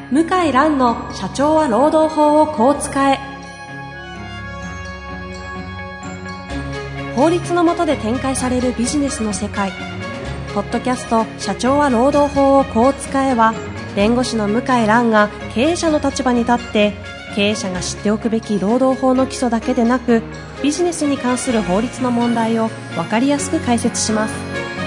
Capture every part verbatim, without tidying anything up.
向井蘭の社長は労働法をこう使え。法律の下で展開されるビジネスの世界。ポッドキャスト社長は労働法をこう使えは、弁護士の向井蘭が経営者の立場に立って経営者が知っておくべき労働法の基礎だけでなく、ビジネスに関する法律の問題を分かりやすく解説します。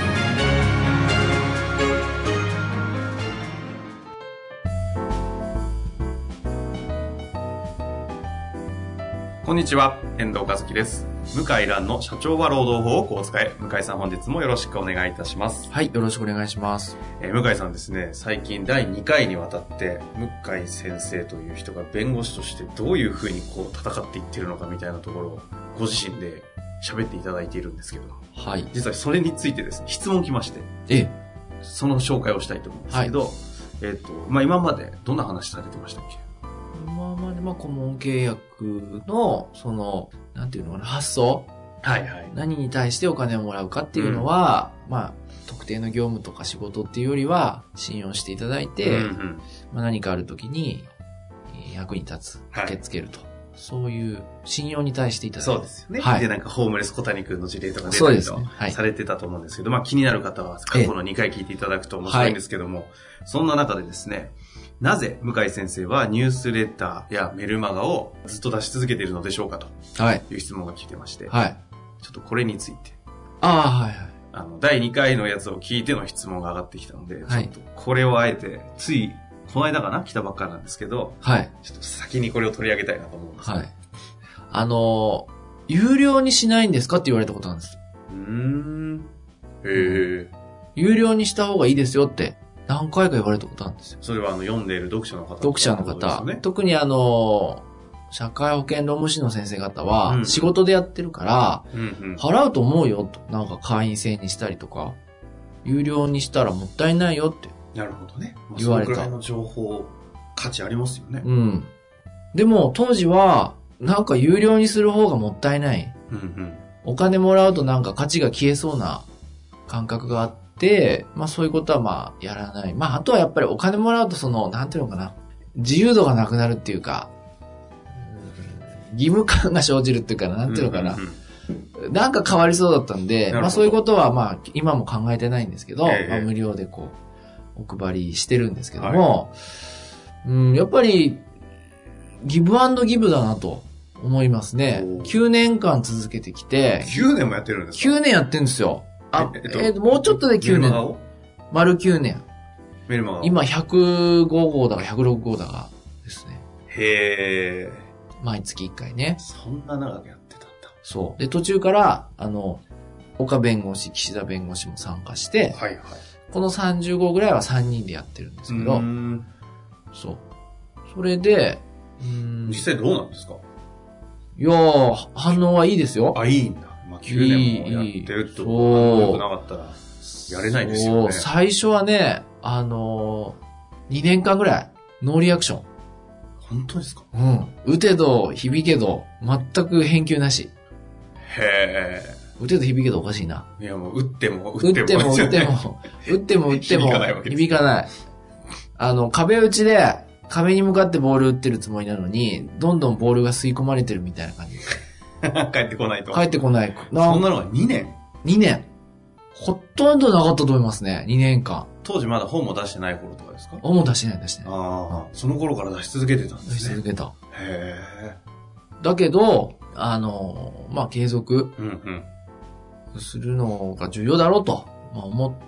こんにちは、遠藤和樹です。向井蘭の社長は労働法をこう使え。向井さん、本日もよろしくお願いいたします。 はい、よろしくお願いします。 えー、向井さんですね、最近だいにかいにわたって向井先生という人が弁護士としてどういうふうにこう戦っていってるのかみたいなところをご自身で喋っていただいているんですけど、 はい、 実はそれについてですね、質問来まして、 ええ、 その紹介をしたいと思うんですけど、はい、えっと、まあ、今までどんな話されてましたっけ？ 今までまあ顧問契約のそのなんていうのかな、発想、 はいはい、 何に対してお金をもらうかっていうのは、うん、まあ特定の業務とか仕事っていうよりは信用していただいて、うんうん、まあ、何かあるときに役に立つ、駆けつけると、はい、そういう信用に対していただいて、 そうですよね。 はい、 でなんかホームレス小谷君の事例とか出たりと、ね、はい、されてたと思うんですけど、まあ気になる方は過去のにかい聞いていただくと面白いんですけども、はい、そんな中でですね、なぜ向井先生はニュースレターやメルマガをずっと出し続けているのでしょうかという質問が来てまして、はい、ちょっとこれについて、 ああ、はいはい、 あのだいにかいのやつを聞いての質問が上がってきたので、はい、ちょっとこれをあえてついこの間かな来たばっかなんですけど、はい、ちょっと先にこれを取り上げたいなと思うんですけど、はい、 あの有料にしないんですかって言われたことなんです。 うーん、へえ、 有料にした方がいいですよって何回か言われたことなんですよ。 それはあの読んでいる読者の方、 読者の方、ね、特にあの社会保険労務士の先生方は仕事でやってるから、うんうん、払うと思うよと、なんか会員制にしたりとか有料にしたらもったいないよって言われた。 なるほどね。まあ、そのくらいの情報価値ありますよね。 うん。でも当時はなんか有料にする方がもったいない、うんうん、お金もらうとなんか価値が消えそうな感覚があってで、まあそういうことはまあやらない。まああとはやっぱりお金もらうとその、なんていうのかな、自由度がなくなるっていうか、義務感が生じるっていうかな、なんていうのかな、うんうんうん、なんか変わりそうだったんで、まあそういうことはまあ今も考えてないんですけど、えーまあ、無料でこう、お配りしてるんですけども、はい、うん、やっぱり、ギブアンドギブだなと思いますね。きゅうねんかん続けてきて、 きゅうねんもやってるんですか？ きゅうねんやってるんですよ。あ、えっと、えー、もうちょっとできゅうねん。丸きゅうねん。 メルマガを今ひゃくごごうだかひゃくろくごうだかですね。 へー。 毎月いっかいね。 そんな長くやってたんだ。 そう。で、途中から、あの、岡弁護士、岸田弁護士も参加して、はいはい。このさんじゅうごうぐらいはさんにんでやってるんですけど、うーん、そう。それで、 うーん、実際どうなんですか？ いやー、反応はいいですよ。 あ、いいんだ。まあ、きゅうねんもやってると、良くなかったら、やれないですよね。 最初はね、あのー、にねんかんぐらい、ノーリアクション。 本当ですか？ うん。打てど、響けど、全く返球なし。 へー。 打てど響けどおかしいな。 いや、もう、打っても、打っても、 打っても、打っても、打っても、打っても、響かないわけです。響かない。あの、壁打ちで、壁に向かってボール打ってるつもりなのに、どんどんボールが吸い込まれてるみたいな感じ。 帰ってこないと。 帰ってこない。 そんなのがにねん ? に 年。ほとんどなかったと思いますね。にねんかん。 当時まだ本も出してない頃とかですか？ 本も出してない、出してない。 ああ、その頃から出し続けてたんですね。 出し続けた。 へー。だけど、あの、まあ、継続するのが重要だろうと思って、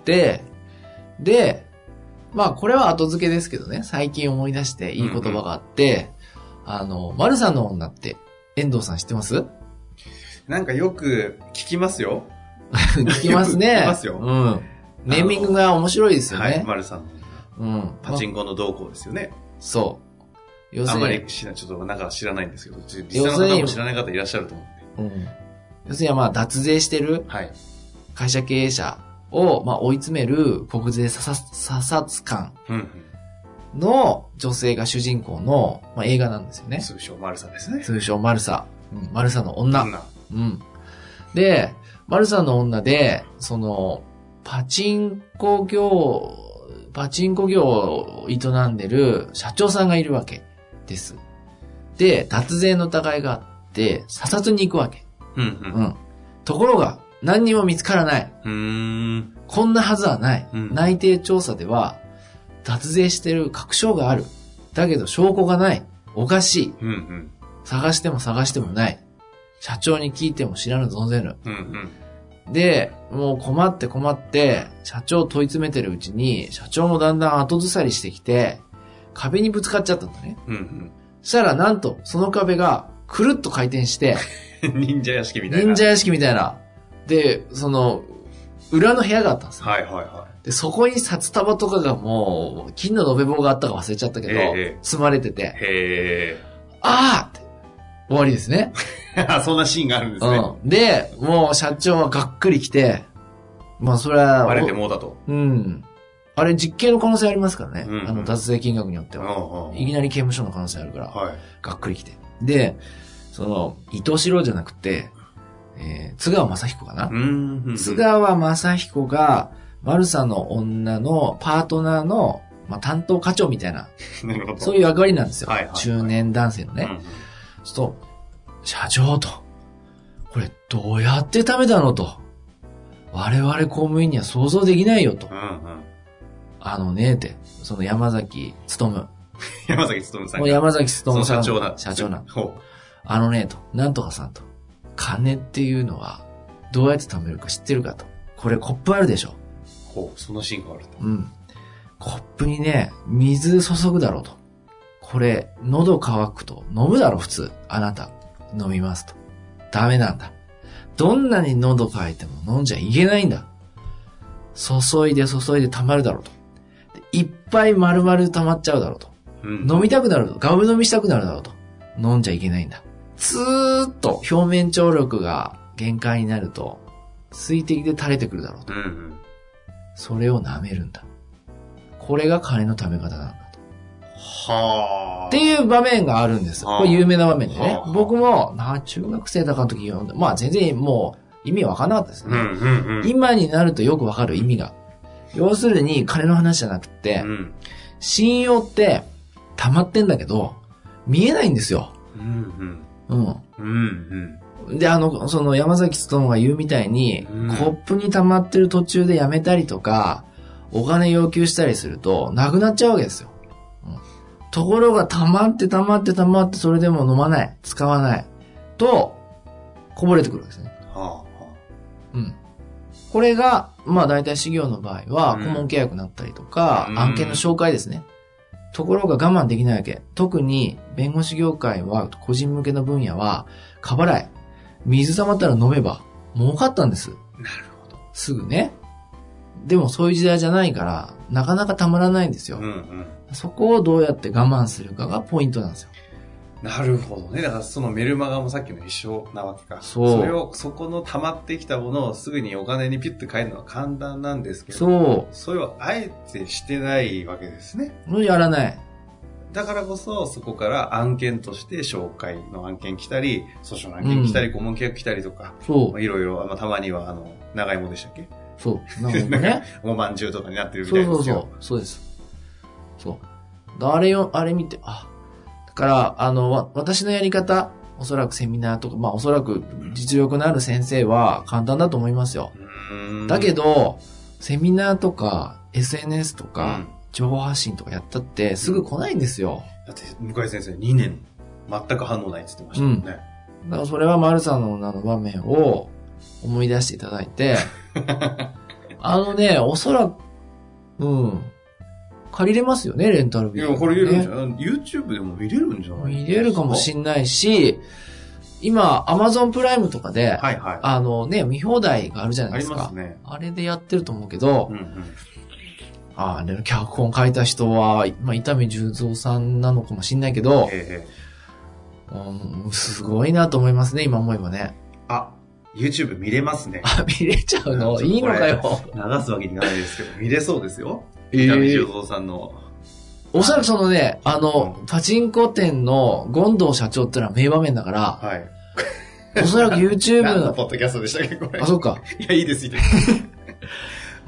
で、まあ、これは後付けですけどね、最近思い出していい言葉があって、うんうん、あの、マルサの女って、遠藤さん知ってます？ なんかよく聞きますよ。 聞きますね。 聞きますよ。 うん。ネーミングが面白いですよね。 はい、マルさんの。うん。パチンコの動向ですよね。 そう。要するに。 あんまり知ら、ちょっとなんか知らないんですけど、実際の方も知らない方いらっしゃると思うんで。うん。 要するにまあ脱税してる会社経営者をまあ追い詰める国税査察官の女性が主人公のまあ映画なんですよね。 通称マルサですね。 通称マルサ。うん、マルサの女。女。うん。で、マルサの女で、その、パチンコ業、 パチンコ業を営んでる社長さんがいるわけです。で、脱税の疑いがあって、査察に行くわけ。 うんうん。うん。 ところが、何にも見つからない。 うーん。 こんなはずはない。 うん、 内偵調査では、脱税してる確証がある。だけど証拠がない。おかしい。 うんうん。 探しても探してもない。社長に聞いても知らぬ存ぜぬ。 うんうん、で、もう困って困って、社長を問い詰めてるうちに、社長もだんだん後ずさりしてきて、壁にぶつかっちゃったんだね。 うんうん。 そしたらなんと、その壁がくるっと回転して、 忍者屋敷みたいな。 忍者屋敷みたいな。で、その、裏の部屋があったんですよ。 はいはいはい。 で、そこに札束とかがもう、金の延べ棒があったか忘れちゃったけど、 えー、 積まれてて、 へー。 あーって、終わりですね。 そんなシーンがあるんですね。 うん。で、もう社長はがっくり来て、まあそれは、 バレてもうだと。 うん。あれ実刑の可能性ありますからね。 うんうん、 あの、脱税金額によっては、 うんうん。 いきなり刑務所の可能性あるから、 はい、 がっくり来て。で、その、伊藤四郎じゃなくて、えー、津川雅彦かな。 うんうんうん、 津川雅彦が、マルサの女のパートナーの、まあ、担当課長みたいな、 なるほどそういう役割なんですよ。 はいはいはい、 中年男性のね。うんうん、そう、社長と、これどうやって食べたのと。我々公務員には想像できないよと。 うんうん、 あのね、って、その山崎努。 山崎努さんが。 もう山崎努さん。 社長なん。 社長なん。あのね、と、なんとかさんと。金っていうのは、どうやって貯めるか知ってるかと。これコップあるでしょ。 ほう、そのシーンがあると。 うん。コップにね、水注ぐだろうと。これ、喉乾くと飲むだろ、普通。あなた、飲みますと。ダメなんだ。どんなに喉乾いても飲んじゃいけないんだ。注いで注いで溜まるだろうと。いっぱい丸々溜まっちゃうだろうと。うん、飲みたくなると。ガブ飲みしたくなるだろうと。飲んじゃいけないんだ。ずーっと表面張力が限界になると、水滴で垂れてくるだろうと。 うんうん、 それを舐めるんだ。これが金の貯め方なんだと。 はあ。 っていう場面があるんです。これ有名な場面でね。僕も、な、中学生だかの時読んだ。まあ全然もう意味わかんなかったですね、 うんうんうん。 今になるとよくわかる意味が。要するに金の話じゃなくて、うん、信用って溜まってんだけど、見えないんですよ。 うんうん。うん。 うんうん。 で、あの、その山崎努が言うみたいに、うん、コップに溜まってる途中でやめたりとか、お金要求したりすると、なくなっちゃうわけですよ。うん、ところが溜まって溜まって溜まってそれでも飲まない、使わない、と、こぼれてくるわけですね。 はあはあ、 うん。これが、まあ大体事業の場合は、顧問契約になったりとか、うん、案件の紹介ですね。ところが我慢できないわけ。特に弁護士業界は、個人向けの分野は、過払い。水溜まったら飲めば、儲かったんです。 なるほど。 すぐね。でもそういう時代じゃないから、なかなかたまらないんですよ。 うんうん、 そこをどうやって我慢するかがポイントなんですよ。 なるほどね。だからそのメルマガもさっきの一緒なわけか。 そう。 それを、そこの溜まってきたものをすぐにお金にピュッと変えるのは簡単なんですけど。 そう。 それをあえてしてないわけですね。 もうやらない。 だからこそ、そこから案件として紹介の案件来たり、訴訟の案件来たり、顧問契約来たりとか。 そう。 いろいろ、まあ、たまには、あの、長芋でしたっけ？ そう。なんかね。 おまんじゅうとかになってるみたいですよ。 そうそうそう。そうです。そう。あれよ、あれ見て、あ、だから、あの、わ、私のやり方、おそらくセミナーとか、まあおそらく実力のある先生は簡単だと思いますよ。 うんだけど、セミナーとか、エスエヌエス とか、うん情報発信とかやったってすぐ来ないんですよ。 だって向井先生にねん全く反応ないって言ってましたもんね。 うん、だからそれはマルサの女の場面を思い出していただいて、あのね、おそらく、うん、借りれますよね、レンタルビデオ、ね。 いや、借りれるんじゃない ?YouTube でも見れるんじゃない見れるかもしんないし、今、Amazon プライムとかで、 はいはい、 あのね、見放題があるじゃないですか。 ありますね。 あれでやってると思うけど、 うんうんああ、ね、脚本書いた人は、まあ、伊丹十三さんなのかもしんないけど、 ええうん、すごいなと思いますね、今思えばね。 あ、YouTube 見れますね。 あ、見れちゃうのいいのかよ。 流すわけにいかないですけど、見れそうですよ。 えー、 伊丹十三さんの。 おそらくそのね、あの、うん、パチンコ店の権藤社長ってのは名場面だから、 はい。 おそらく YouTube の。 何のポッドキャストでしたっけ、これ。 あ、そうか。 いや、いいです、いいです。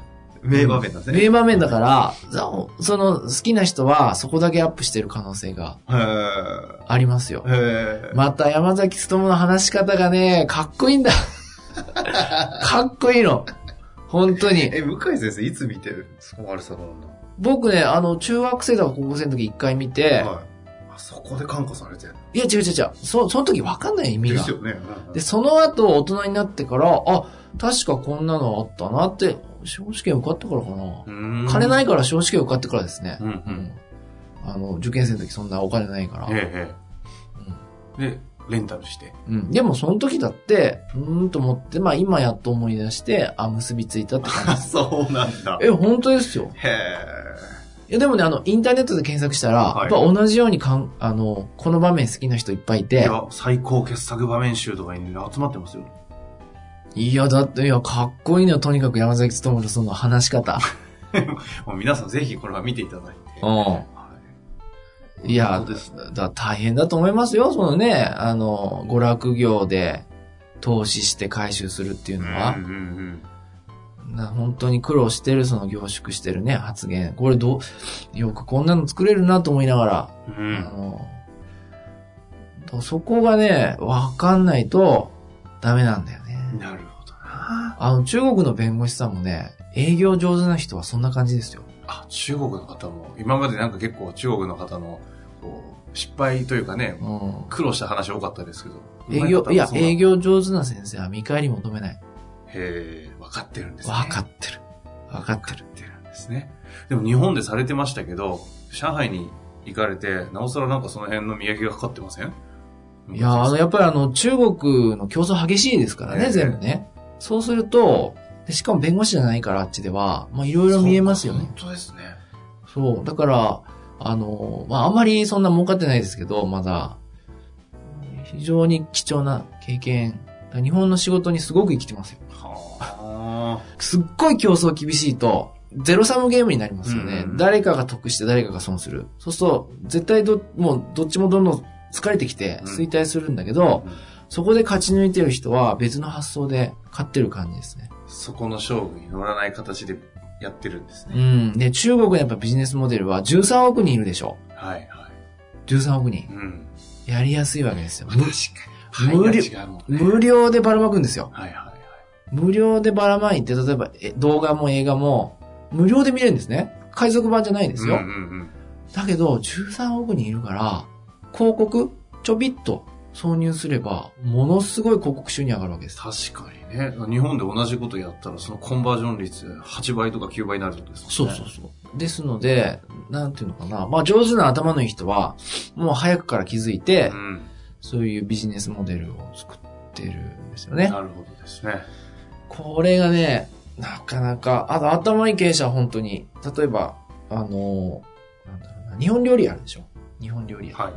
名場面だね。 名場面だから、その好きな人はそこだけアップしてる可能性がありますよ。 へまた山崎努の話し方がね、かっこいいんだ。かっこいいの。本当に。 え、向井先生いつ見てるんですか？マルサロンの。 僕ね、あの、中学生とか高校生の時一回見て、はい、 あそこで感化されてる。 いや、違う違う違う。そ、その時分かんない意味が。 ですよね。うんうん、 で、その後大人になってから、あ、確かこんなのあったなって、司法試験受かってからかな。金ないから司法試験受かってからですね。うんうん、あの、受験生の時そんなお金ないから。 ええ、うん、で、レンタルして。 うん。でもその時だって、うーんと思って、まあ今やっと思い出して、あ、結びついたって感じです。 そうなんだ。 え、本当ですよ。 へえ。 いやでもね、あの、インターネットで検索したら、はい、やっぱ同じようにかん、あの、この場面好きな人いっぱいいて。いや、最高傑作場面集とかに集まってますよ。 いや、だって、いや、かっこいいのよ、とにかく山崎努のその話し方。 もう皆さんぜひこれは見ていただいて。 うん。はい、いや、だ大変だと思いますよ、そのね、あの、娯楽業で投資して回収するっていうのは。うんうんうんな本当に苦労してる、その凝縮してるね、発言。これどう、よくこんなの作れるなと思いながら。うん、あのそこがね、わかんないとダメなんだよね。 なるほどな。 あの、中国の弁護士さんもね、営業上手な人はそんな感じですよ。 あ、中国の方も、今までなんか結構中国の方の、こう、失敗というかね、うん、苦労した話多かったですけど。 営業、いや、営業上手な先生は見返り求めない。 へー、分かってるんですね。 分かってる。分かってる。 ってるんですね。でも日本でされてましたけど、上海に行かれて、なおさらなんかその辺の磨きがかかってません？ いや、あの、やっぱりあの、中国の競争激しいですからね、全部ね。そうすると、でしかも弁護士じゃないからあっちでは、まあいろいろ見えますよね。 本当ですね。 そう。だから、あの、まああんまりそんな儲かってないですけど、まだ、非常に貴重な経験。日本の仕事にすごく生きてますよ。はすっごい競争厳しいと、ゼロサムゲームになりますよね。うん、誰かが得して誰かが損する。そうすると、絶対ど、もうどっちもどんどん疲れてきて衰退するんだけど、うんうん、そこで勝ち抜いてる人は別の発想で勝ってる感じですね。 そこの勝負に乗らない形でやってるんですね。 うん。で、中国のやっぱビジネスモデルはじゅうさんおくにんいるでしょ。 はいはい。 じゅうさんおくにん。うん。やりやすいわけですよ。 確かに。 無料、ね、無料でばらまくんですよ。 はいはいはい。 無料でばらまいて、例えば動画も映画も無料で見れるんですね。海賊版じゃないんですよ。うんうんうん、だけど、じゅうさんおくにんいるから、広告ちょびっと挿入すれば、ものすごい広告収入上がるわけです。 確かにね。日本で同じことやったら、そのコンバージョン率はちばいとかきゅうばいになるってことですね。 そうそうそう。ですので、なんていうのかな。まあ上手な頭のいい人は、もう早くから気づいて、うんそういうビジネスモデルを作ってるんですよね。 なるほどですね。 これがね、なかなか、あと頭いい経営者は本当に、例えば、あの、なんだろうな、日本料理屋あるでしょ？日本料理屋。はい。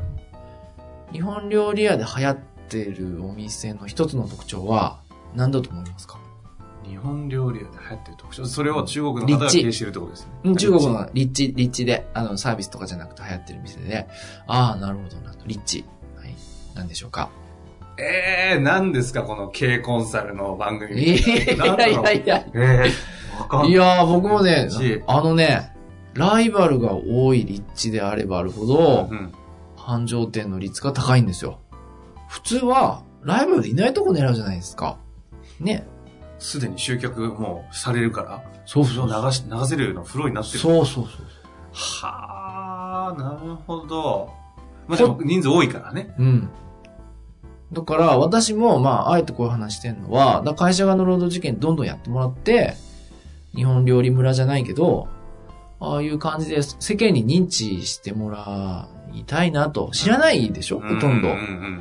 日本料理屋で流行ってるお店の一つの特徴は、何だと思いますか？ 日本料理屋で流行ってる特徴。それは中国の方が経営してるってことですね。 中国の立地、立地で、あの、サービスとかじゃなくて流行ってる店で、ああ、なるほどなと、立地。何でしょうか。 ええー、何ですかこの経営コンサルの番組。 いやいやいや。ええー、わかんない。いや僕もね、あのね、ライバルが多い立地であればあるほど、うん、繁盛店の率が高いんですよ。普通は、ライバルでいないとこ狙うじゃないですか。ね。 すでに集客もされるから、 そうそう流し、流せるようなフローになってる。 そうそうそう。 はあ、なるほど。まあ、でも人数多いからね。 うん。だから、私も、まあ、あえてこういう話してるのは、だ会社側の労働事件どんどんやってもらって、日本料理村じゃないけど、ああいう感じで世間に認知してもらいたいなと。知らないでしょ、うん、ほとんど、うんうん。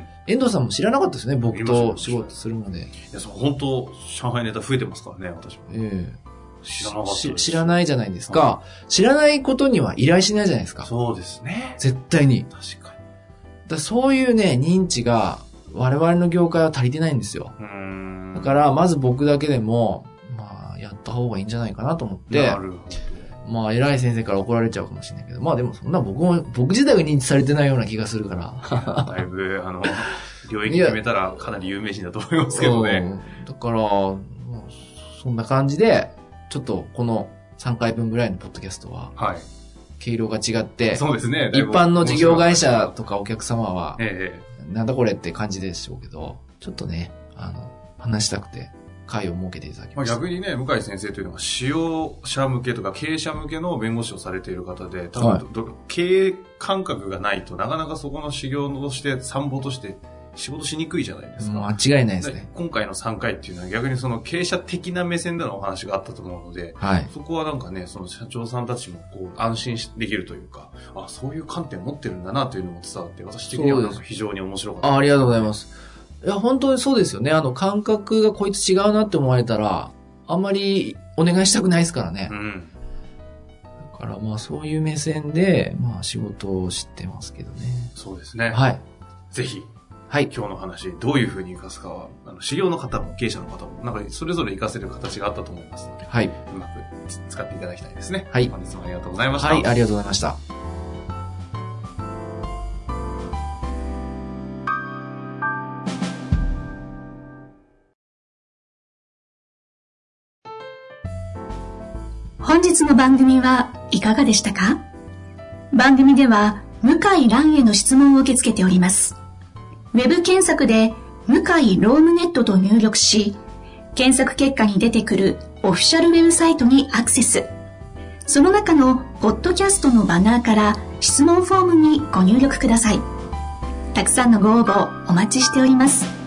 遠藤さんも知らなかったですね、僕と仕事するまで。いや、そう、本当上海ネタ増えてますからね、私も。 ええー、知らなかった。知らないじゃないですか、はい。知らないことには依頼しないじゃないですか。 そうですね。 絶対に。 確かに。 だそういうね、認知が、我々の業界は足りてないんですよ。うーんだから、まず僕だけでも、まあ、やった方がいいんじゃないかなと思って。 なるほど。 まあ、偉い先生から怒られちゃうかもしれないけど、まあでもそんな僕も、僕自体が認知されてないような気がするから。 だいぶ、あの、領域決めたらかなり有名人だと思いますけどね。 だから、そんな感じで、ちょっとこのさんかいぶんぐらいのポッドキャストは、 はい。 毛色が違って、 そうですね。 一般の事業会社とかお客様は、 ええ、なんだこれって感じでしょうけど、ちょっとね、あの、話したくて、会を設けていただきました。 まあ、逆にね、向井先生というのは、使用者向けとか経営者向けの弁護士をされている方で、多分、はい、経営感覚がないとなかなかそこの修行として、参謀として仕事しにくいじゃないですか。 間違いないですね。 今回のさんかいっていうのは逆にその経営者的な目線でのお話があったと思うので、はい、そこはなんかね、その社長さんたちもこう安心できるというか、あ、そういう観点持ってるんだなというのも伝わって、私的にはなんか非常に面白かった。 あ、ありがとうございます。いや、本当にそうですよね。あの、感覚がこいつ違うなって思われたら、あんまりお願いしたくないですからね。うん。だからまあそういう目線で、まあ仕事をしてますけどね。 そうですね。 はい。 ぜひ。はい。今日の話、どういうふうに活かすかは、あの、修行の方も経営者の方も、なんかそれぞれ活かせる形があったと思いますので、はい。うまく使っていただきたいですね。はい。本日もありがとうございました。 はい、ありがとうございました。 本日の番組はいかがでしたか？番組では向井蘭への質問を受け付けております。ウェブ検索で向井ロームネットと入力し、検索結果に出てくるオフィシャルウェブサイトにアクセス。その中のポッドキャストのバナーから質問フォームにご入力ください。たくさんのご応募お待ちしております。